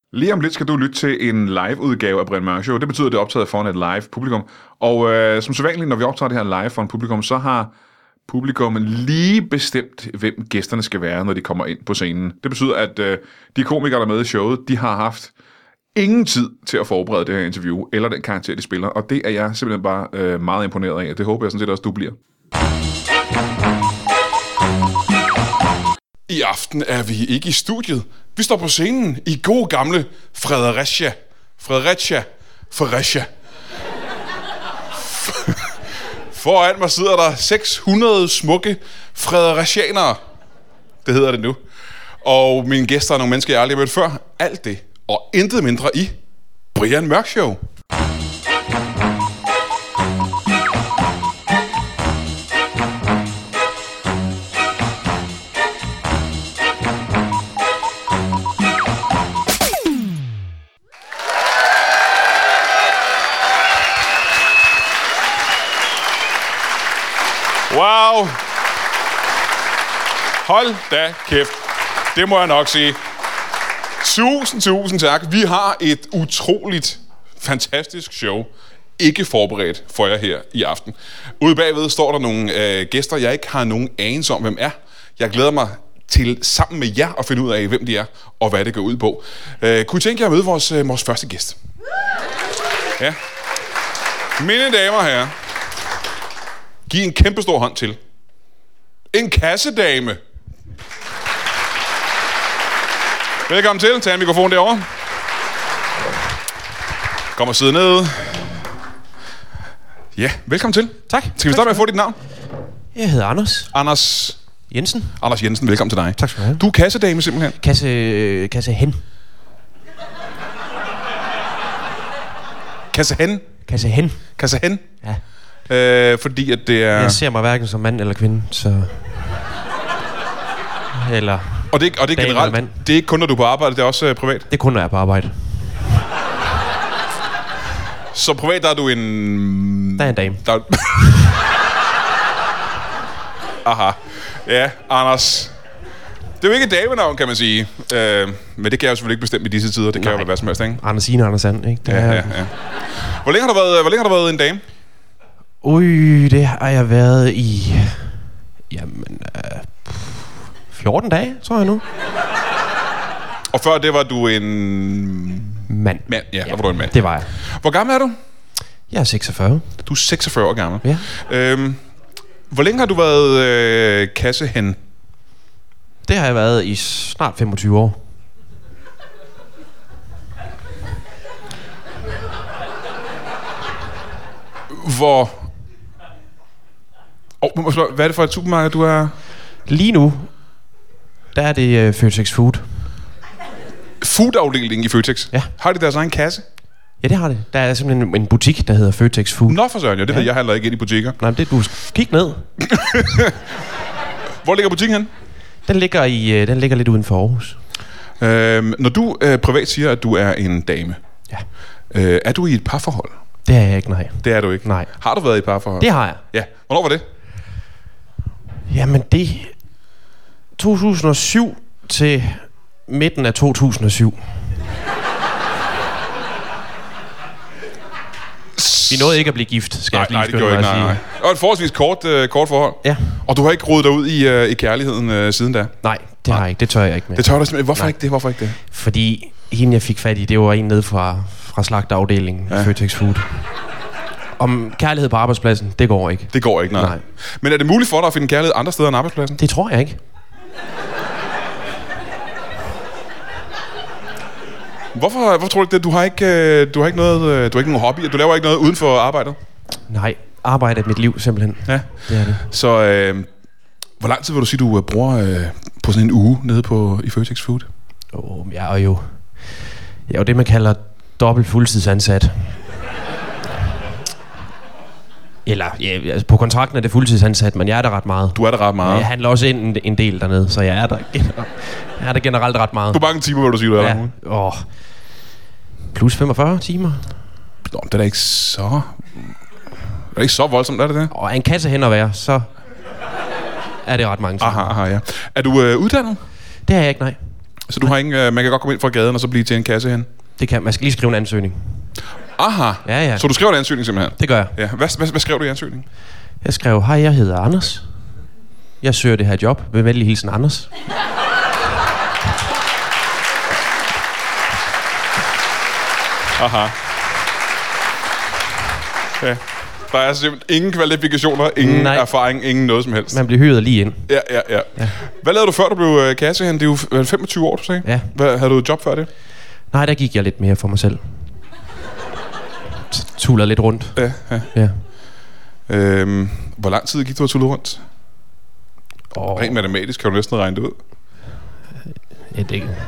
Lige om lidt skal du lytte til en live-udgave af Brian Mørk Show. Det betyder, at det er optaget foran et live-publikum. Og som sædvanligt, når vi optager det her live for en publikum, så har publikummet lige bestemt, hvem gæsterne skal være, når de kommer ind på scenen. Det betyder, at de komikere, der er med i showet, de har haft ingen tid til at forberede det her interview, eller den karakter, de spiller. Og det er jeg simpelthen bare meget imponeret af. Det håber jeg sådan set også, du bliver. I aften er vi ikke i studiet. Vi står på scenen i gode gamle Fredericia. Foran mig sidder der 600 smukke fredericianere. Det hedder det nu. Og mine gæster er nogle mennesker, jeg aldrig har mødt før. Alt det og intet mindre i Brian Mørk Show. Wow. Hold da kæft. Det må jeg nok sige. Tusind tak. Vi har et utroligt fantastisk show. Ikke forberedt for jer her i aften. Ude bagved står der nogle gæster, jeg ikke har nogen anelse om, hvem er. Jeg glæder mig til sammen med jer at finde ud af, hvem de er og hvad det går ud på. Kunne I tænke jer at møde vores første gæst? Ja. Mine damer og herrer. Giv en kæmpe stor hånd til en kassedame. Velkommen til. Tag en mikrofon derovre. Kom og sidde ned. Ja, velkommen til. Tak. Skal vi starte med at få dit navn? Jeg hedder Anders. Anders Jensen, velkommen til dig. Tak skal du have. Du er kassedame simpelthen. Kassehen. Kassehen? Ja. Fordi at det er... Jeg ser mig hverken som mand eller kvinde, så... Eller... Og det er generelt, det er ikke kun, når du er på arbejde, det er også privat? Det er kun, når jeg er på arbejde. Så privat, der er du en... Der er en dame. Aha. Ja, Anders. Det er jo ikke et damenavn, kan man sige. Men det kan jeg jo selvfølgelig ikke bestemme i disse tider. Det kan jo være hvad som helst, ikke? Andersine, Andersand, ikke? Det ja. Hvor længe har du været en dame? Det har jeg været i... Jamen... 14 dage, tror jeg nu. Og før det var du en... Mand. Ja, der var du en mand. Det var jeg. Hvor gammel er du? Jeg er 46. Du er 46 år gammel? Ja. Hvor længe har du været kassehen? Det har jeg været i snart 25 år. Hvad er det for et supermarked, du er? Lige nu, der er det Føtex Food. Foodafdelingen i Føtex? Ja. Har de deres egen kasse? Ja, det har det. Der er simpelthen en butik, der hedder Føtex Food. Nå for søren, det ved jeg handler ikke ind i butikker. Nej, men det du kig ned. Hvor ligger butikken hen? Den ligger lidt uden for Aarhus. Når du privat siger, at du er en dame, ja. Er du i et parforhold? Det er jeg ikke, nej. Det er du ikke? Nej. Har du været i et parforhold? Det har jeg. Ja. Hvornår var det? Jamen det... 2007 til midten af 2007. Vi nåede ikke at blive gift, skal jeg lige skynde mig at sige. Nej. Det var et forholdsvis kort forhold. Ja. Og du har ikke rodet dig ud i kærligheden siden da? Nej, det har jeg ikke. Det tør jeg ikke med. Det tør du simpelthen. Hvorfor ikke det? Fordi hende, jeg fik fat i, det var en nede fra slagterafdelingen i Føtex Food. Om kærlighed på arbejdspladsen, det går ikke. Det går ikke, nej. Men er det muligt for dig at finde kærlighed andre steder end arbejdspladsen? Det tror jeg ikke. Hvorfor tror du ikke det? Du har ikke nogen hobby, du laver ikke noget uden for arbejdet? Nej, arbejde er mit liv simpelthen. Ja. Det er det. Så hvor lang tid vil du sige, du bruger på sådan en uge nede i Føtex Food? Jeg er jo det, man kalder dobbelt fuldtidsansat. Eller, altså på kontrakten er det fuldtidsansat, men jeg er der ret meget. Du er der ret meget? Jeg handler også ind en del dernede, så jeg er der generelt ret meget. Hvor mange timer vil du sige, du er der? Plus 45 timer. Nå, det er da ikke så... Det er ikke så voldsomt, er det det? Og en kasse hen at være, så er det ret mange timer. Aha, ja. Er du uddannet? Det er jeg ikke, nej. Så du har ingen, man kan godt komme ind fra gaden og så blive til en kasse hen? Det kan man. Skal lige skrive en ansøgning. Aha. Ja. Så du skrev en ansøgning simpelthen? Det gør jeg. Ja. Hvad skrev du i ansøgningen? Jeg skrev, hej, jeg hedder Anders. Jeg søger det her job. Med venlig hilsen, Anders. Aha. Ja. Der er simpelthen ingen kvalifikationer, ingen erfaring, ingen noget som helst. Man bliver hyret lige ind. Ja. Hvad lavede du før du blev kassehænd? Det er jo 25 år, du sagde. Ja. Havde du et job før det? Nej, der gik jeg lidt mere for mig selv. Tullede lidt rundt. Ja. Hvor lang tid gik du at tulle rundt? Rent matematisk kan du næsten regne det ud. Ja, det ikke.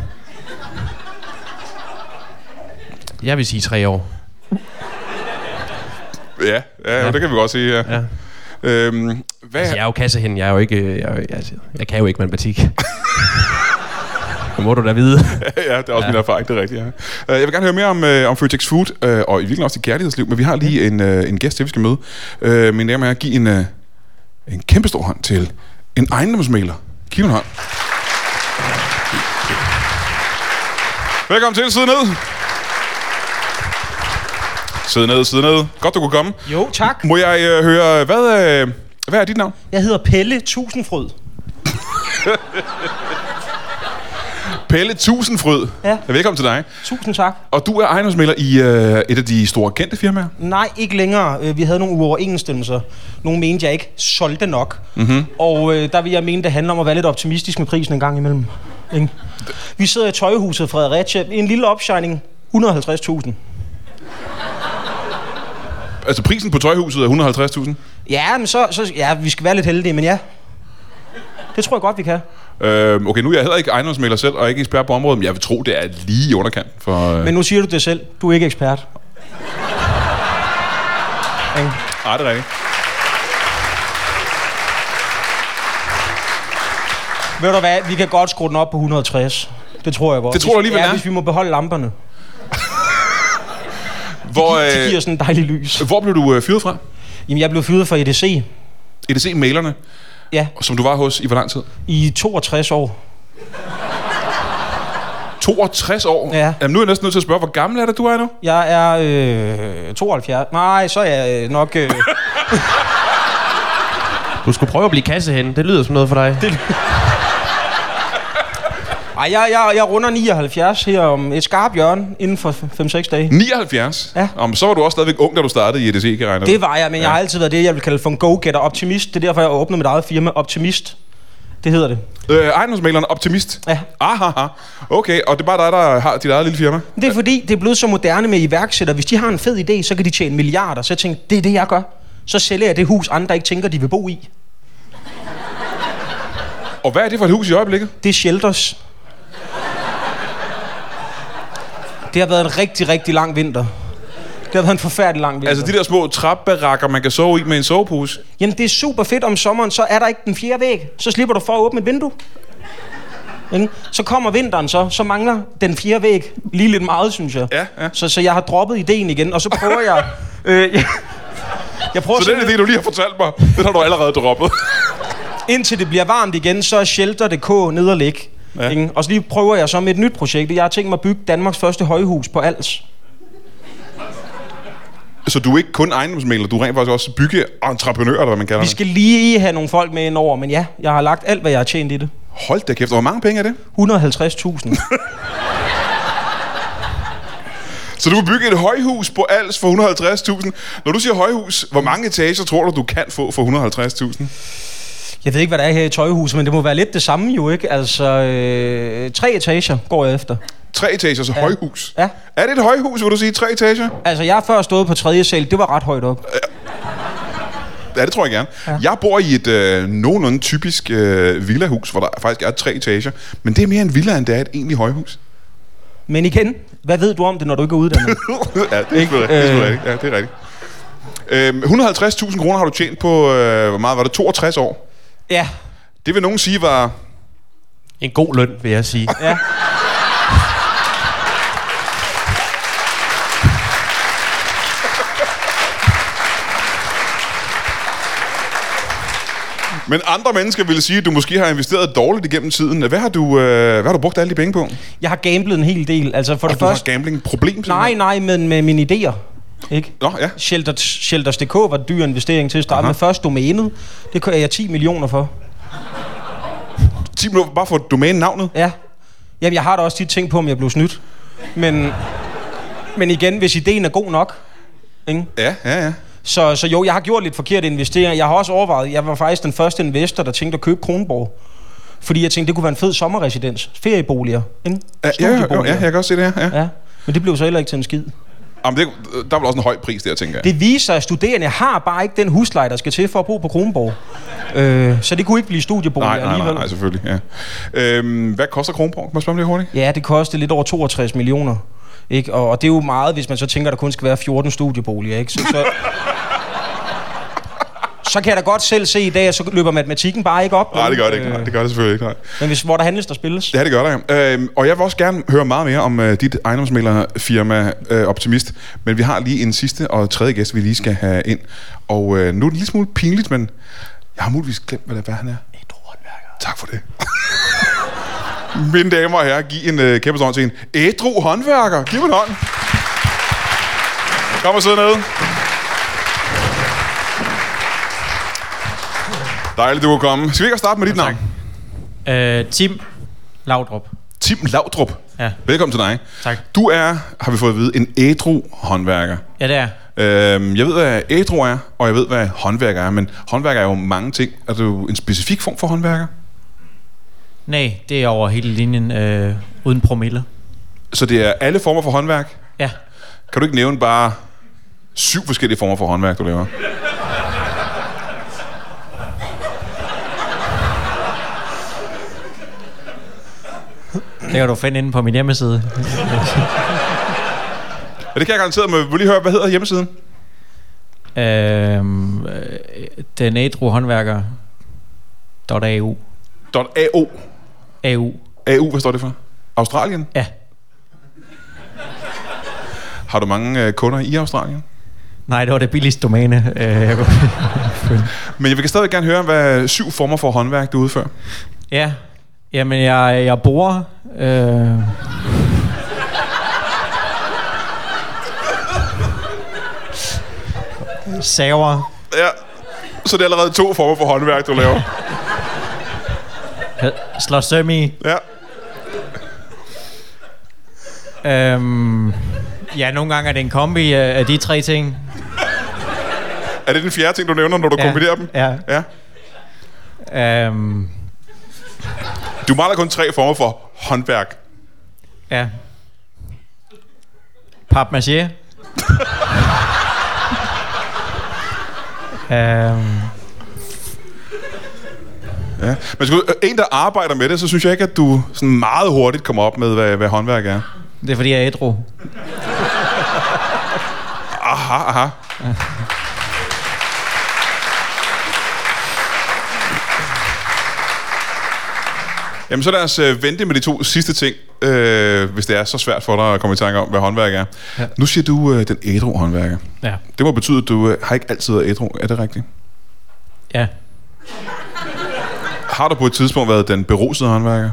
Jeg vil sige 3 år. Ja. Det kan vi godt sige, ja. Altså, jeg er jo kassehænden. Jeg er jo ikke... Jeg kan jo ikke matematik. Det må du da vide. Ja, det er også min erfaring, det er rigtigt, ja. Jeg vil gerne høre mere om Føtex Food, og i virkeligheden også dit kærlighedsliv, men vi har lige en gæst til, vi skal møde. Mine damer og herrer, give en kæmpestor hånd til en ejendomsmægler. Giv en hånd. Velkommen til, sid ned. Sid ned. Godt, du kunne komme. Jo, tak. Må jeg høre, hvad er dit navn? Jeg hedder Pelle Tusindfryd. Pelle Tusindfryd. Ja. Velkommen til dig. Tusind tak. Og du er ejendomsmægler i et af de store kendte firmaer? Nej, ikke længere. Vi havde nogle uoverensstemmelser. Nogle mente, jeg ikke solgte nok. Mm-hmm. Og der vil jeg mene, det handler om at være lidt optimistisk med prisen en gang imellem. Ikke? Vi sidder i tøjhuset Fredericia. En lille opshining. 150.000. Altså prisen på tøjhuset er 150.000? Ja, men så vi skal være lidt heldige, men ja. Det tror jeg godt, vi kan. Okay, nu er jeg heller ikke ejendomsmægler selv, og ikke ekspert på området, men jeg vil tro, det er lige i underkant. Men nu siger du det selv. Du er ikke ekspert. Nej, det er rigtigt. Ved du hvad, vi kan godt skrue den op på 160. Det tror jeg godt. Det tror du alligevel er? Hvis vi må beholde lamperne. Det giver sådan en dejlig lys. Hvor blev du fyret fra? Jamen, jeg blev fyret fra EDC. EDC-mailerne? Ja. Som du var hos i hvor lang tid? I 62 år. 62 år? Ja. Jamen, nu er jeg næsten nødt til at spørge, hvor gammel er det, du er nu? Jeg er 72. Nej, så er jeg nok... Du skulle prøve at blive kassehænden. Det lyder som noget for dig. Ej, jeg runder 79 her om et skarpt hjørne inden for 5-6 dage. 79? Ja. Så var du også stadigvæk ung, da du startede i EDC, kan jeg regne. Det var jeg, men jeg har altid været det, jeg vil kalde for en go-getter, optimist. Det er derfor, jeg åbnede mit eget firma, Optimist. Det hedder det. Ejendomsmægleren Optimist? Ja. Aha. Okay, og det er bare dig, der har dit eget lille firma? Det er fordi, det er blevet så moderne med iværksættere. Hvis de har en fed idé, så kan de tjene milliarder. Så jeg tænkte, det er det, jeg gør. Så sælger jeg det hus, andre ikke tænker, de vil bo i. Og hvad er det for et hus i øjeblikket? Det er Shelters. Det har været en rigtig, rigtig lang vinter. Det har været en forfærdelig lang vinter. Altså de der små trapbarakker, man kan sove i med en sovepose? Jamen, det er super fedt om sommeren, så er der ikke den fjerde væg. Så slipper du for at åbne et vindue. Så kommer vinteren så mangler den fjerde væg lige lidt meget, synes jeg. Ja. Så jeg har droppet ideen igen, og så prøver jeg... jeg prøver så den idé, du lige har fortalt mig, den har du allerede droppet? Indtil det bliver varmt igen, så er Shelter.dk ned og ligge. Ja. Og så lige prøver jeg så med et nyt projekt. Jeg har tænkt mig at bygge Danmarks første højhus på Als. Så du er ikke kun ejendomsmægler, du er rent faktisk også byggeentreprenør, eller hvad man kalder det? Vi skal lige have nogle folk med ind over, men ja, jeg har lagt alt, hvad jeg har tjent i det. Hold da kæft, hvor mange penge er det? 150.000. Så du vil bygge et højhus på Als for 150.000. Når du siger højhus, hvor mange etager tror du kan få for 150.000? Jeg ved ikke, hvad der er her i tøjhuset, men det må være lidt det samme jo, ikke? Altså, 3 etager går jeg efter. 3 etager, så højhus? Ja. Er det et højhus, vil du sige, 3 etager? Altså, jeg har før stået på 3. sal, det var ret højt op. Ja, det tror jeg gerne. Ja. Jeg bor i et nogenlunde typisk villahus, hvor der faktisk er 3 etager. Men det er mere en villa, end det er et egentligt højhus. Men igen, hvad ved du om det, når du ikke er uddannet? Ja, det er rigtigt. Ja, det er rigtigt. 150.000 kroner har du tjent på, hvor meget var det, 62 år? Ja. Det vil nogen sige var... En god løn, vil jeg sige. Ja. Men andre mennesker ville sige, at du måske har investeret dårligt igennem tiden. Hvad har du brugt alle de penge på? Jeg har gamblet en hel del. Altså for det første... Du har gambling-problem? Nej, men med mine idéer. Ikke? Nå, ja. Shelters.dk var en dyr investering til at starte med. Først domænet. Det kører jeg 10 millioner for. 10 millioner bare for domænenavnet? Ja. Jamen, jeg har da også tit tænkt på, om jeg blev snydt. Men igen, hvis ideen er god nok. Ikke? Ja. Så jo, jeg har gjort lidt forkerte investeringer. Jeg har også overvejet, jeg var faktisk den første investor, der tænkte at købe Kronborg. Fordi jeg tænkte, det kunne være en fed sommerresidens. Ferieboliger. Ikke? Ja, jeg kan også se det her. Ja. Men det blev så heller ikke til en skid. Jamen, der er vel også en høj pris der, tænker jeg. Det viser sig, at studerende har bare ikke den husleje, der skal til for at bo på Kronborg. Så det kunne ikke blive studieboliger alligevel. Nej, selvfølgelig. Ja. Hvad koster Kronborg? Må jeg spørge om det hurtigt? Ja, det koster lidt over 62 millioner. Ikke? Og det er jo meget, hvis man så tænker, at der kun skal være 14 studieboliger. Ikke? Så kan jeg da godt selv se i dag, at så løber matematikken bare ikke op. Nej, det gør det ikke. Det gør det selvfølgelig ikke. Nej. Men hvor der handles, der spilles. Ja, det gør der. Og jeg vil også gerne høre meget mere om dit ejendomsmæglerfirma Optimist. Men vi har lige en sidste og tredje gæst, vi lige skal have ind. Og nu er det en lille smule pinligt, men jeg har muligvis glemt, hvad han er. Ædru håndværker. Tak for det. Mine damer og herrer, giv en kæmpe hånd til en ædru håndværker. Giv mig en hånd. Kom og sidde nede. Dejligt, du kunne komme. Skal vi ikke starte med dit navn? Tim Laudrup. Tim Laudrup. Ja. Velkommen til dig. Tak. Du er, har vi fået at vide, en ædru håndværker. Ja, det er. Jeg ved, hvad ædru er, og jeg ved, hvad håndværker er. Men håndværker er jo mange ting. Er du en specifik form for håndværker? Nej, det er over hele linjen uden promille. Så det er alle former for håndværk? Ja. Kan du ikke nævne bare 7 forskellige former for håndværk, du laver? Det kan du finde inde på min hjemmeside. Ja, det kan jeg garanteret, men vil lige høre, hvad hedder hjemmesiden? Den ædru håndværker .au. .au. AU, hvad står det for? Australien? Ja. Har du mange kunder i Australien? Nej, det var det billigste domæne. Men jeg vil stadig gerne høre, hvad 7 former for håndværk du udfører. Ja. Jamen, jeg borer. Saver. Ja, så det er allerede 2 former for håndværk, du laver. Slår søm i. Ja. Ja, nogle gange er det en kombi af de 3 ting. Er det den 4. ting, du nævner, når du kombinerer dem? Ja. Du mangler kun 3 former for håndværk. Ja. Papmaché. Ja. Men en, der arbejder med det, så synes jeg ikke, at du sådan meget hurtigt kommer op med, hvad håndværk er. Det er fordi, jeg er ædru. Aha. Jamen, så lad os vente med de 2 sidste ting, hvis det er så svært for dig at komme i tanke om, hvad håndværk er. Ja. Nu siger du den ædru håndværker. Ja. Det må betyde, at du har ikke altid været ædru. Er det rigtigt? Ja. Har du på et tidspunkt været den berusede håndværker?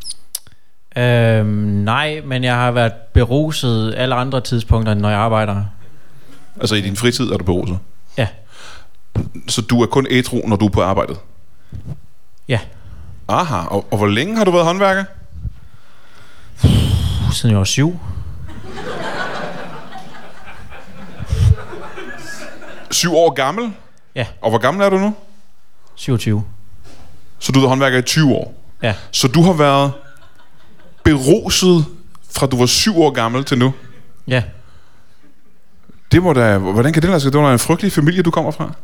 Nej, men jeg har været beruset alle andre tidspunkter, når jeg arbejder. Altså i din fritid er du beruset? Ja. Så du er kun ædru, når du er på arbejdet? Ja. Aha, og hvor længe har du været håndværker? Siden jeg var 7. 7 år gammel? Ja. Og hvor gammel er du nu? 27. Så du er håndværker i 20 år? Ja. Så du har været beruset fra du var 7 år gammel til nu? Ja. Det må da... Hvordan kan det lade sig? Det var en frygtelig familie, du kommer fra?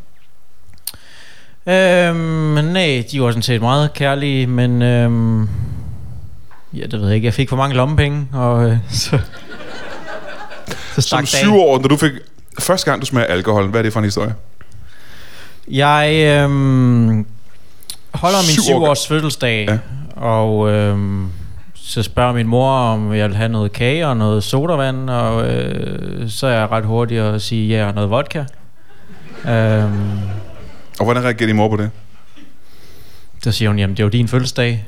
Nej, de var sådan set meget kærlige, men ja, det ved jeg ikke. Jeg fik for mange lommepenge, og så som 7 år, når du fik første gang du smager alkohol, hvad er det for en historie? Jeg holder min 7 års fødselsdag, ja. Og så spørger min mor, om jeg vil have noget kage og noget sodavand, og så er jeg ret hurtig at sige ja og noget vodka. Og hvordan reagerer din mor på det? Så siger hun, jamen det er jo din fødselsdag.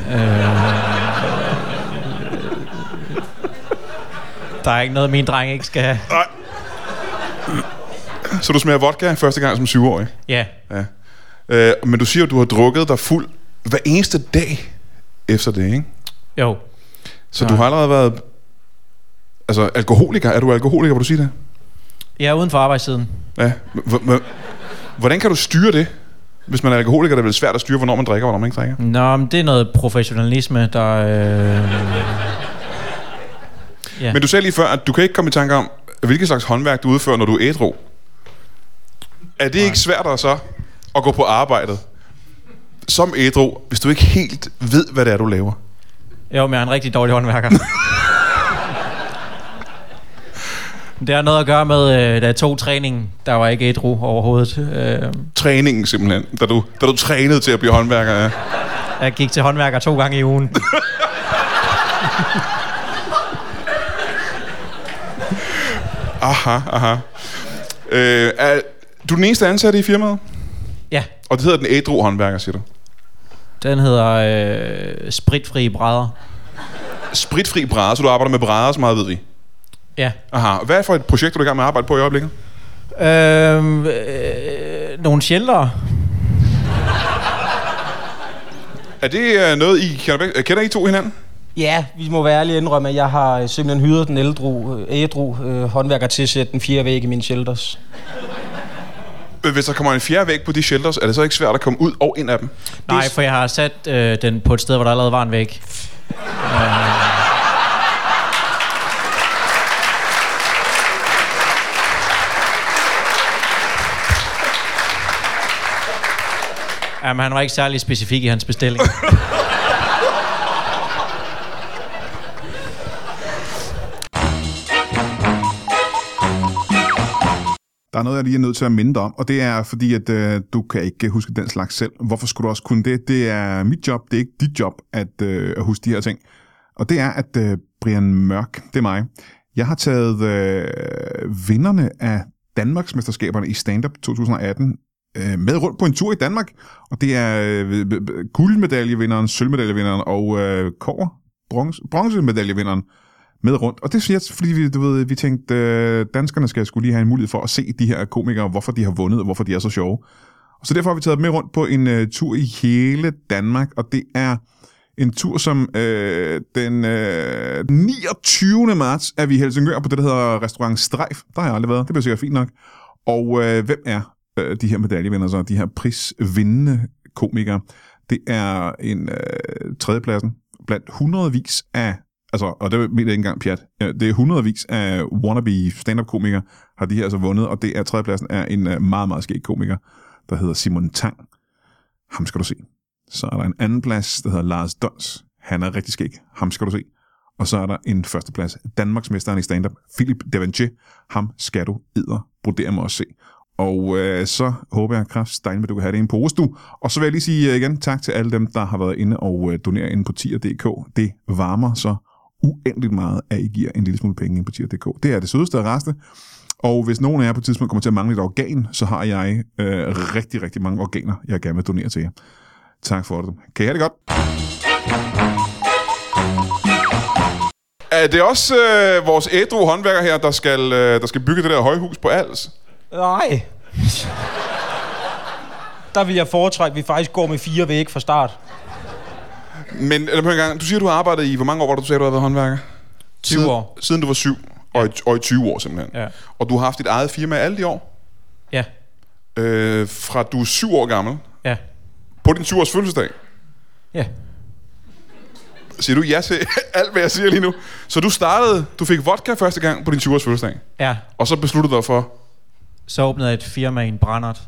Der er ikke noget, min dreng ikke skal have. Nej. Så du smager vodka første gang som 7-årig? Ja. Men du siger jo, du har drukket dig fuld hver eneste dag efter det, ikke? Jo. Så du har allerede været... Altså, alkoholiker. Er du alkoholiker, vil du sige det? Ja, uden for arbejdstiden. Ja. Hvordan kan du styre det? Hvis man er alkoholiker, det er vel svært at styre, hvornår man drikker, og hvornår man ikke drikker. Nå, men det er noget professionalisme, der... Ja. Men du sagde lige før, at du kan ikke komme i tanke om, hvilket slags håndværk du udfører, når du er ædru. Er det ikke svært så at gå på arbejdet som ædru, hvis du ikke helt ved, hvad det er, du laver? Jo, men jeg er en rigtig dårlig håndværker. Det har noget at gøre med, da jeg tog træningen. Der var ikke ædru overhovedet. Træningen simpelthen, da du trænede til at blive håndværker, ja. Jeg gik til håndværker 2 gange i ugen. Aha. Er du den eneste ansatte i firmaet? Ja. Og det hedder den ædru håndværker, siger du? Den hedder spritfri brædder. Spritfri brædder, så du arbejder med brædder, så meget ved vi. Ja. Aha. Hvad er for et projekt, du er i gang med at arbejde på i øjeblikket? Nogle sheltere. Er det noget, I kender I to hinanden? Ja, vi må være ærlige indrømme, at jeg har simpelthen hyret den ædru håndværker til at sætte den 4. væg i mine shelters. Hvis der kommer en 4. væg på de shelters, er det så ikke svært at komme ud og ind af dem? Nej, for jeg har sat den på et sted, hvor der allerede var en væg. Jamen, han var ikke særlig specifik i hans bestilling. Der er noget, jeg lige er nødt til at minde dig om, og det er fordi, at du kan ikke huske den slags selv. Hvorfor skulle du også kunne det? Det er mit job, det er ikke dit job at huske de her ting. Og det er, at Brian Mørk, det er mig, jeg har taget vinderne af Danmarksmesterskaberne i stand-up 2018 med rundt på en tur i Danmark. Og det er guldmedaljevinderen, sølvmedaljevinderen og bronzemedaljevinderen med rundt. Og det siger jeg, fordi vi tænkte, danskerne skal skulle lige have en mulighed for at se de her komikere, hvorfor de har vundet, og hvorfor de er så sjove. Og så derfor har vi taget dem med rundt på en tur i hele Danmark, og det er en tur, som den 29. marts er vi i Helsingør på det, der hedder Restaurant Strejf. Der har jeg aldrig været, det bliver sikkert fint nok. Og hvem er de her medaljevindere, så de her prisvindende komikere? Det er en tredjepladsen blandt hundredvis af, altså, og det mener jeg ikke engang pjat, det er hundredvis af wannabe stand-up-komikere, har de her altså vundet, og det er tredjepladsen er en meget, meget skæg komiker, der hedder Simon Tang. Ham skal du se. Så er der en anden plads, der hedder Lars Dons. Han er rigtig skæg. Ham skal du se. Og så er der en førsteplads, Danmarksmesteren i stand-up, Philip Devanché. Ham skal du brodere mig også se. Og så håber jeg kraftedeme, at du kan have det i en pose, du. Og så vil jeg lige sige igen tak til alle dem, der har været inde og doneret inde på tier.dk. Det varmer så uendeligt meget, at I giver en lille smule penge inde på tier.dk. Det er det sødeste og rareste. Og hvis nogen af jer på et tidspunkt kommer til at mangle et organ, så har jeg rigtig, rigtig mange organer, jeg gerne vil donere til jer. Tak for det. Kan I have det godt? Er det også vores ædru håndværker her, der skal bygge det der højhus på Als? Nej. Der vil jeg foretrække, at vi faktisk går med 4 væg fra start. Men på en gang, du siger, du har arbejdet i, hvor mange år var det, du sagde, du har været håndværker? 20 år. Siden du var 7, og i 20 år simpelthen. Ja. Og du har haft dit eget firma alle de år? Ja. Fra du er 7 år gammel? Ja. På din 7-års fødselsdag? Ja. Siger du ja til alt, hvad jeg siger lige nu? Så du fik vodka første gang på din 20-års fødselsdag? Ja. Og så besluttede du dig for? Så åbnede jeg et firma i en brændert.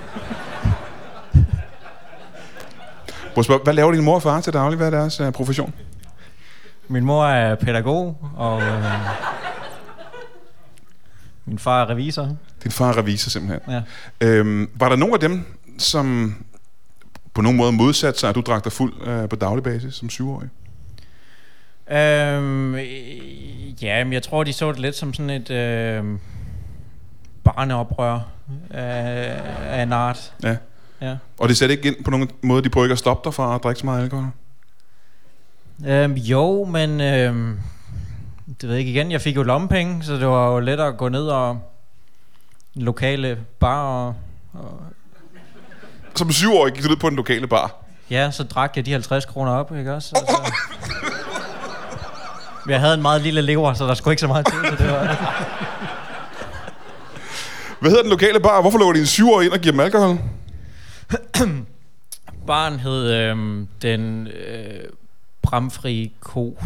Hvad laver din mor og far til daglig? Hvad er deres profession? Min mor er pædagog, og min far er revisor. Din far er revisor simpelthen. Ja. Var der nogen af dem, som på nogen måde modsatte sig, at du drak dig fuld på daglig basis som 7-årig? Ja, men jeg tror, de så det lidt som sådan et barneoprør af en art. Ja. Ja. Og det sætter ikke ind på nogen måde, de prøver ikke at stoppe dig fra at drikke så meget alkohol? Jo, men det ved jeg ikke igen. Jeg fik jo lommepenge, så det var jo lettere at gå ned og lokale bar og Som 7-årig gik du ned på den lokale bar? ja, så drak jeg de 50 kroner op, ikke også? Altså. Jeg havde en meget lille lever, så der skulle ikke så meget til, så det var... Hvad hedder den lokale bar? Hvorfor lukker de en 7-årig ind og giver dem alkohol? Baren hed den bramfri ko.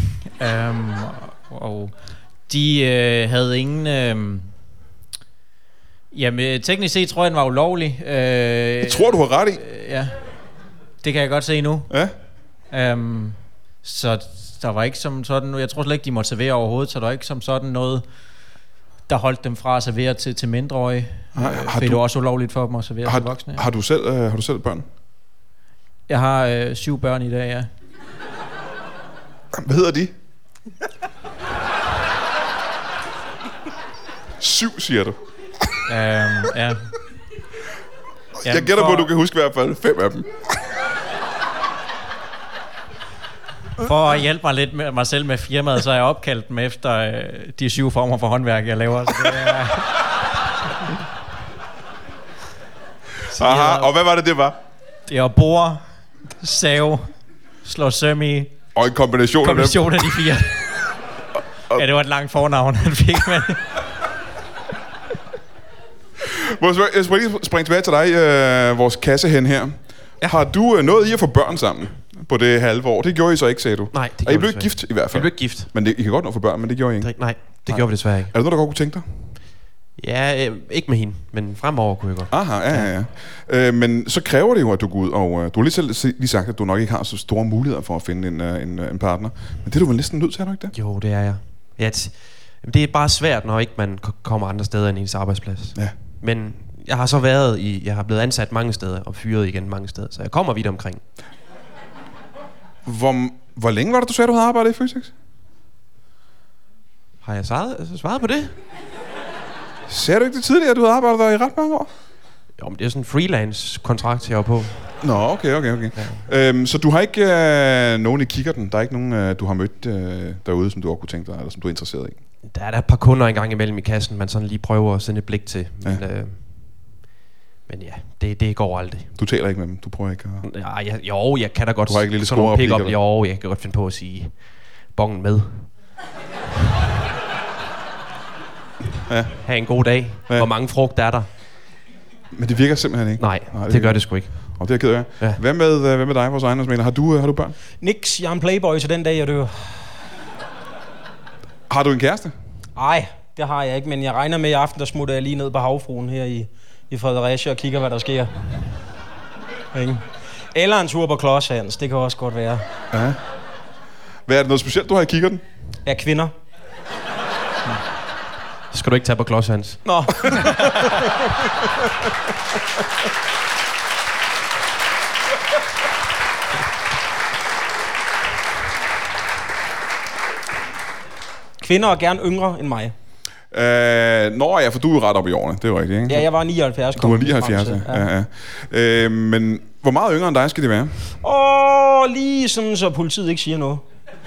Og de havde ingen... jamen, teknisk set tror jeg, den var ulovlig. Jeg tror, du har ret i. Ja, det kan jeg godt se nu. Ja. Så der var ikke som sådan... Jeg tror slet ikke, de måtte servere overhovedet, så der var ikke som sådan noget, der holdt dem fra at servere til mindreårige. For det er også ulovligt for dem at servere til voksne. Har du selv børn? Jeg har 7 børn i dag, ja. Hvad hedder de? 7, siger du? Ja. Jeg gætter på, at du kan huske i hvert fald 5 af dem. For at hjælpe mig lidt med mig selv med firmaet, så er jeg opkaldt dem efter de 7 former for håndværk, jeg laver. Så det er... Aha, og hvad var det var? Det er bore, save, slå søm i. Og en kombination af dem. Af de 4. Ja, det var et langt fornavn, han fik, men... Jeg skal lige springe tilbage til dig, vores kassehen her. Ja. Har du noget i at få børn sammen på det halve år? Det gjorde I så ikke, sagde du? Nej, det gjorde vi. I blev ikke gift i hvert fald? Vi blev ikke gift. Men I kan godt nå at få børn, men det gjorde I ikke? Nej, det gjorde vi desværre ikke. Er det noget, der godt kunne tænke dig? Ja, ikke med hende, men fremover kunne jeg godt. Aha, ja. Men så kræver det jo, at du går ud, og du har lige sagt, at du nok ikke har så store muligheder for at finde en partner. Men det er du vel næsten nødt til, er du ikke det? Jo, det er jeg. Ja, det er bare svært, når ikke man kommer andre steder end ens arbejdsplads. Ja. Men jeg har så jeg har blevet ansat mange steder og fyret igen mange steder, så jeg kommer vidt omkring. Hvor længe var det, du sagde, du havde arbejdet i Føtex? Har jeg svaret på det? Sagde du ikke det tidligere, at du havde arbejdet der i ret mange år? Jo, men det er sådan en freelance-kontrakt, jeg var på. Nå, okay. Ja. Så du har ikke nogen i kikkerten? Der er ikke nogen, du har mødt derude, som du også kunne tænke dig, eller som du er interesseret i? Der er et par kunder engang imellem i kassen, man sådan lige prøver at sende et blik til. Men, ja. Men ja, det går aldrig. Du taler ikke med dem? Du prøver ikke at... Ja, jeg kan da godt... Du har ikke lille score-replikker? Jo, jeg kan godt finde på at sige bongen med. Ja. Ha' en god dag. Ja. Hvor mange frugt er der? Men det virker simpelthen ikke. Nej, det gør det sgu ikke. Og det er jeg ked af. Ja. Hvad med dig, vores ejendomsmægler? Har du børn? Niks, jeg er en playboy til den dag, jeg dør. Har du en kæreste? Nej, det har jeg ikke, men jeg regner med i aften, der smutter jeg lige ned på Havfruen her i Fredericia og kigger, hvad der sker. Ikke? Eller en tur på Klodshands, det kan også godt være. Ja. Hvad er det noget specielt, du har i kikkerten? Ja, kvinder. Skal du ikke tage på Klodshands? Nå. Kvinder er gerne yngre end mig. For du er ret op i årene, det er jo rigtigt, ikke? Ja, jeg var 79. Du var 79, ja. Men hvor meget yngre end dig skal de være? Lige sådan, så politiet ikke siger noget.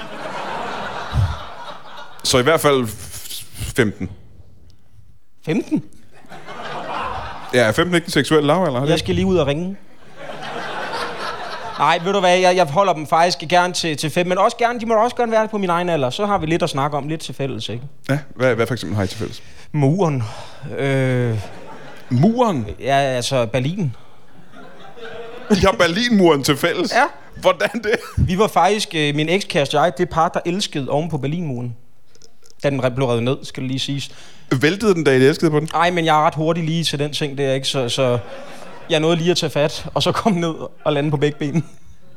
Så i hvert fald 15. 15? Ja, er 15 ikke en seksuel lav, eller? Jeg skal lige ud og ringe. Nej, ved du hvad, jeg holder dem faktisk gerne til 5, men også gerne, de må også gerne være på min egen alder. Så har vi lidt at snakke om, lidt til fælles, ikke? Ja, hvad for eksempel har I til fælles? Muren. Muren? Ja, altså Berlin. I har Berlinmuren til fælles? Ja. Hvordan det? Vi var faktisk, min ekskæreste og jeg, det par, der elskede oven på Berlinmuren. Da den blev revet ned, skal det lige siges. Væltede den, da I elskede på den? Nej, men jeg er ret hurtig lige til den ting der, ikke? Så jeg nåede lige at tage fat, og så kom ned og lande på begge ben.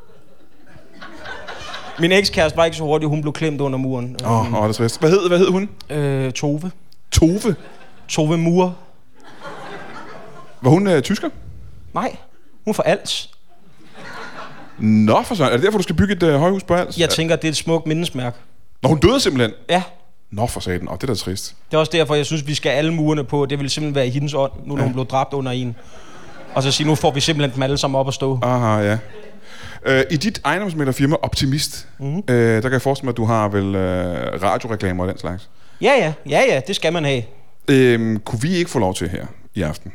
Min ekskæreste var ikke så hurtig, hun blev klemt under muren. Det er trist. Hvad hed hun? Tove. Tove? Tove Mur. Var hun tysker? Nej, hun er fra Als. Nå, for sådan. Er det derfor, du skal bygge et højhus på Als? Jeg tænker, det er et smukt mindesmærke. Nå, hun døde simpelthen? Ja. Nå, for satan. Det er da trist. Det er også derfor, jeg synes, vi skal alle murene på. Det vil simpelthen være i hendes ånd, nu når hun blev dræbt under en. Og så sige, nu får vi simpelthen dem alle sammen op at stå. Aha, ja. I dit ejendomsmæglerfirma Optimist, der kan jeg forestille mig, at du har vel radioreklamer og den slags. Ja, det skal man have. Kunne vi ikke få lov til her i aften?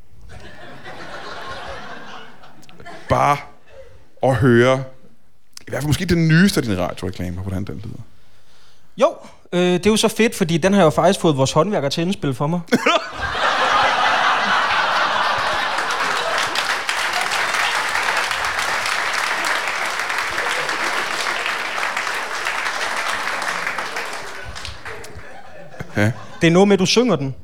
Bare at høre, i hvert fald måske den nyeste af dine radioreklamer, hvordan den lyder. Jo, det er jo så fedt, fordi den har jo faktisk fået vores håndværker til at indspille for mig. Ja. Det er noget med, at du synger den.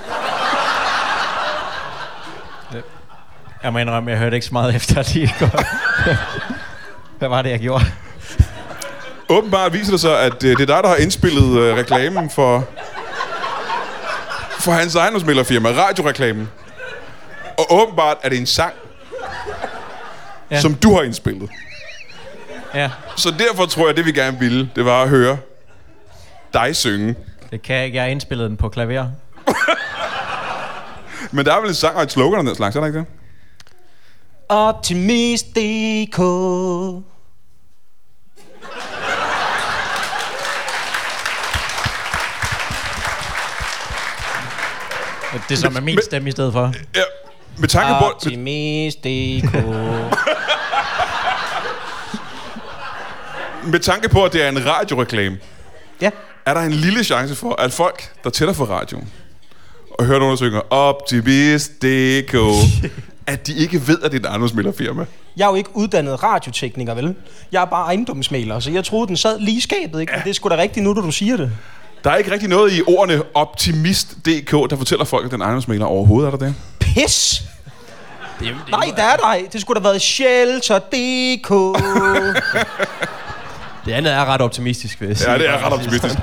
Jeg må indrømme, jeg hørte ikke så meget efter lige i går. Hvad var det, jeg gjorde? Åbenbart viser det sig, at det er dig, der har indspillet reklamen for hans ejendomsmæglerfirma, radioreklamen. Og åbenbart er det en sang, som du har indspillet. Ja. Så derfor tror jeg, det vi gerne ville, det var at høre dig synge. Det kan jeg ikke. Jeg har indspillet den på klaver. Men der er vel en sang og et slogan og den slags, er der ikke det? Optimist.dk. Det som er min stemme i stedet for. Ja, med tanke på... Optimist.dk. Med tanke på, at det er en radioreklame, Ja. er der en lille chance for, at folk, der tænder for radioen, og hører nogen, der synger Optimist.dk, at de ikke ved, at det er et ejendomsmæglerfirma. Jeg er jo ikke uddannet radiotekniker, vel? Jeg er bare ejendomsmægler, så jeg troede, den sad lige i skabet, ikke? Ja. Men det er sgu da rigtigt nu, du siger det. Der er ikke rigtig noget i ordene Optimist.dk, der fortæller folk, at den ejendomsmægler overhovedet, er der det? Pis! Nej, der er der. Det skulle da have været Shelter.dk. Det andet er ret optimistisk, vil jeg sige. Ja, det er ret optimistisk.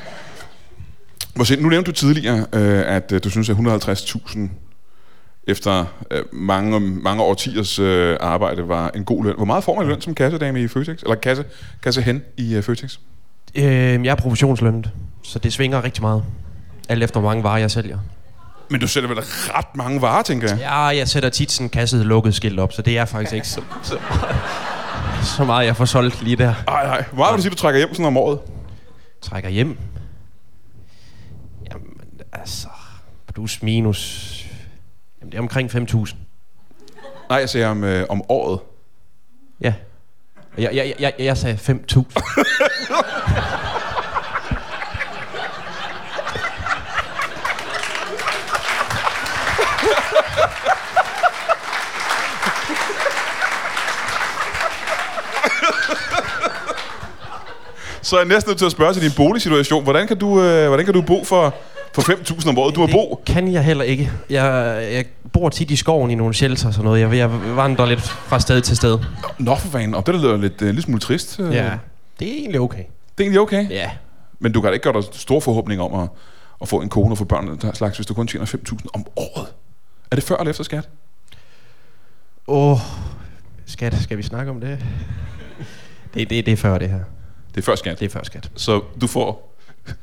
Nu nævnte du tidligere, at du synes, at 150.000 efter mange årtiers arbejde var en god løn. Hvor meget får man løn som kassedame i Føtex? Eller kassehen i Føtex? Jeg er professionslønnet, så det svinger rigtig meget. Alt efter, hvor mange varer jeg sælger. Men du sælger vel ret mange varer, tænker jeg? Ja, jeg sætter tit sådan en kasset lukket skilt op, så det er faktisk ikke så meget, jeg får solgt lige der. Nej. Hvor meget vil du sige, du trækker hjem sådan om året? Trækker hjem? Jamen, altså... Plus minus... Jamen, det er omkring 5.000. Nej, jeg siger om året. Ja. Jeg sagde 5.000. Så er jeg næsten nødt til at spørge til din boligsituation. Hvordan kan du bo for 5.000 om året? Du har bo. Kan jeg heller ikke. Jeg bor tit i skoven i nogle shelter og sådan noget. Jeg vandrer lidt fra sted til sted. Nå for fanden. Og det lyder lidt smule trist. Ja, det er egentlig okay. Det er egentlig okay? Ja. Men du kan da ikke gøre dig store forhåbninger om at få en kone og få børn og den slags, hvis du kun tjener 5.000 om året. Er det før eller efter skat? Skat, skal vi snakke om det? Det er før det her. Det er før skat? Det er før skat. Så du får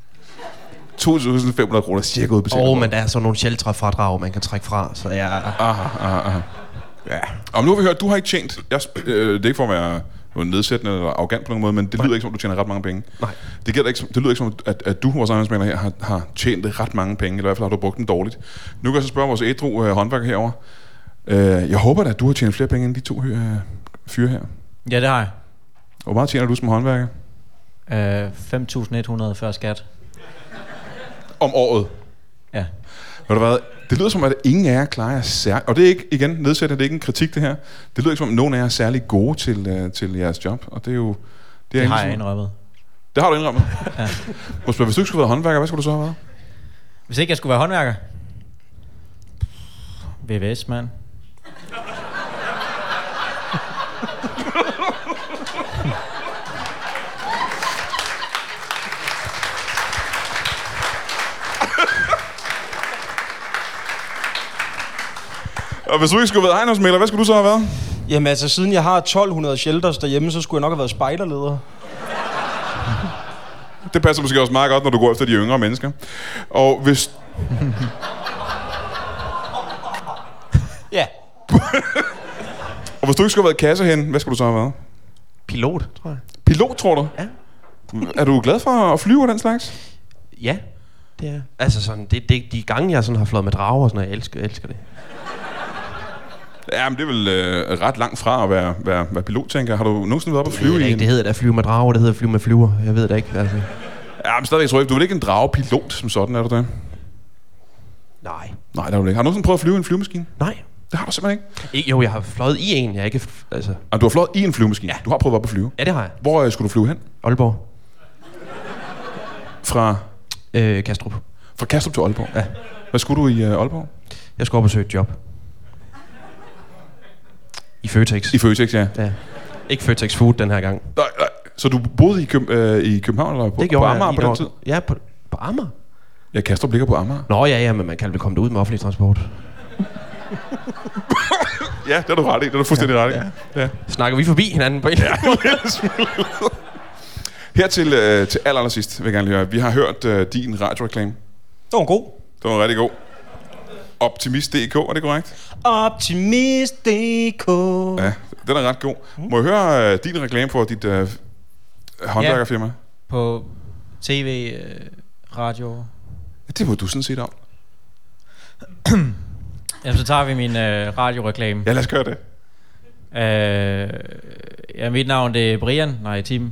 2.500 kroner cirka udbetalt? Men der er så nogle shelterfradrag, man kan trække fra, så jeg... Aha. Ja. Og nu har vi hørt, du har ikke tjent... det er ikke for at være nedsættende eller arrogant på nogen måde, men det lyder ikke som, du tjener ret mange penge. Nej. Det lyder ikke som, at du, vores ejendomsmægler her, har tjent ret mange penge, eller i hvert fald har du brugt dem dårligt. Nu kan jeg så spørge vores ædru håndværker herovre. Jeg håber da, at du har tjent flere penge end de to fyre her. Ja, det har jeg. Hvor meget tjener du som håndværker? 5.100 før skat. Om året? Ja. Ved du hvad? Det lyder som, at ingen af jer klarer jer særligt... Og det er ikke, igen, nedsættende, det er ikke en kritik, det her. Det lyder ikke som, at nogen af jer er særlig gode til jeres job. Og det er jo... Det har jeg indrømmet. Det har du indrømmet? Ja. Hvis du ikke skulle være håndværker, hvad skulle du så have været? Hvis ikke jeg skulle være håndværker? VVS, mand. Og hvis du ikke skulle have været ejendomsmægler, hvad skulle du så have været? Jamen altså, siden jeg har 1200 shelters derhjemme, så skulle jeg nok have været spejderleder. Det passer måske også meget godt, når du går efter de yngre mennesker. Og hvis... Ja, Og hvis du ikke skulle have været kassehæn, hvad skulle du så have været? Pilot, tror jeg. Pilot, tror du? Ja. Er du glad for at flyve og den slags? Ja, det er. Altså sådan, det de gange, jeg sådan har flået med drager og sådan noget, jeg elsker det. Ja, men det er vel ret langt fra at være pilot, tænker jeg. Har du nogensinde været op at flyve i en? Det hedder da flyve med drager, det hedder flyve med flyver. Jeg ved det ikke, altså. Ja, men stadigvæk tror jeg, du er vel ikke en dragepilot som sådan, er du det? Nej. Nej, det er du ikke. Har du nogensinde prøvet at flyve i en flyvemaskine? Nej. Det har du simpelthen ikke. Jo, jeg har fløjet i en, jeg ikke... Altså. Og du har fløjet i en flyvemaskine? Ja. Du har prøvet op at flyve? Ja, det har jeg. Hvor skulle du flyve hen? Aalborg. Fra? Kastrup. Fra Kastrup til Aalborg? Ja. Hvad skulle du i Aalborg? Jeg skulle op og søge et job. I Føtex. I Føtex, ja. Ja. Ikke Føtex Food den her gang. Nej. Så du boede i København eller på Amager på den tid? Ja, på Amager. Ja, Kastrup ligger på Amager. Nå ja, men man kan vel komme derud med offentlig transport. Ja, det er du ret i. Det er du fuldstændig ret i. Ja. Snakker vi forbi hinanden på en eller anden måde? Her til allersidst vil jeg gerne lige høre. Vi har hørt din radioreklame. Det var god. Det var rigtig god. Optimist.dk, er det korrekt? Optimist.dk. Ja, den er ret god. Må jeg høre din reklame for dit håndværkerfirma? På tv, radio. Ja, det må du sådan set om. Jamen, så tager vi min radioreklame. Ja, lad os gøre det. Ja, mit navn det er Brian. Nej, Tim.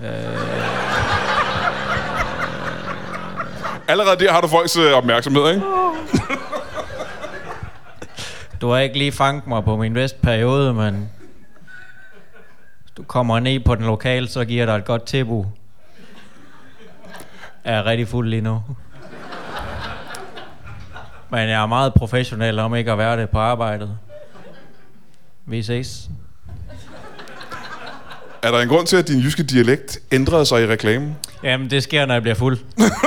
Allerede der har du folks opmærksomhed, ikke? Du har ikke lige fanget mig på min bedste periode, men hvis du kommer ned på den lokale, så giver dig et godt tilbud. Jeg er rigtig fuld lige nu. Men jeg er meget professionel om ikke at være det på arbejdet. Vi ses. Er der en grund til, at din jyske dialekt ændrede sig i reklamen? Jamen, det sker, når jeg bliver fuld.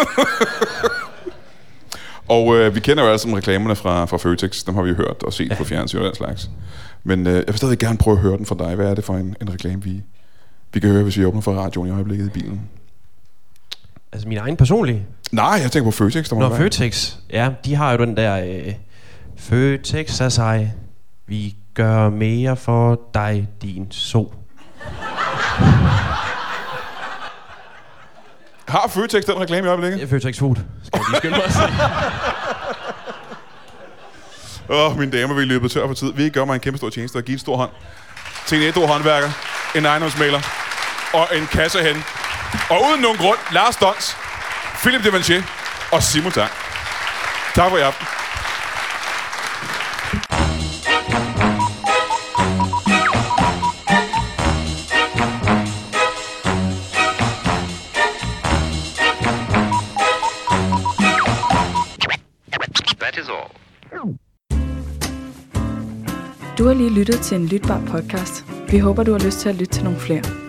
Og vi kender jo alle sammen reklamerne fra Føtex. Dem har vi jo hørt og set på fjernsyn og den slags. Men jeg vil stadig gerne prøve at høre den fra dig. Hvad er det for en reklame, vi kan høre, hvis vi åbner for radioen i øjeblikket i bilen? Altså min egen personlige? Nej, jeg tænker på Føtex. Nå, Føtex. Ja, de har jo den der... Føtex er sig. Vi gør mere for dig, din so. Har Føtex den reklame i øjeblikket? Ja, Føtex Food. Skal jeg lige skynde mig at sige. Mine damer, vi er løbet tør for tid. Vi gør mig en kæmpe stor tjeneste og give en stor hånd til en ædru-håndværker, en ejendomsmægler og en kassehæn. Og uden nogen grund, Lars Dons, Philip Devanché og Simon Tang. Tak for i aften. That is all. Du har lige lyttet til en lytbar podcast. Vi håber, du har lyst til at lytte til nogle flere.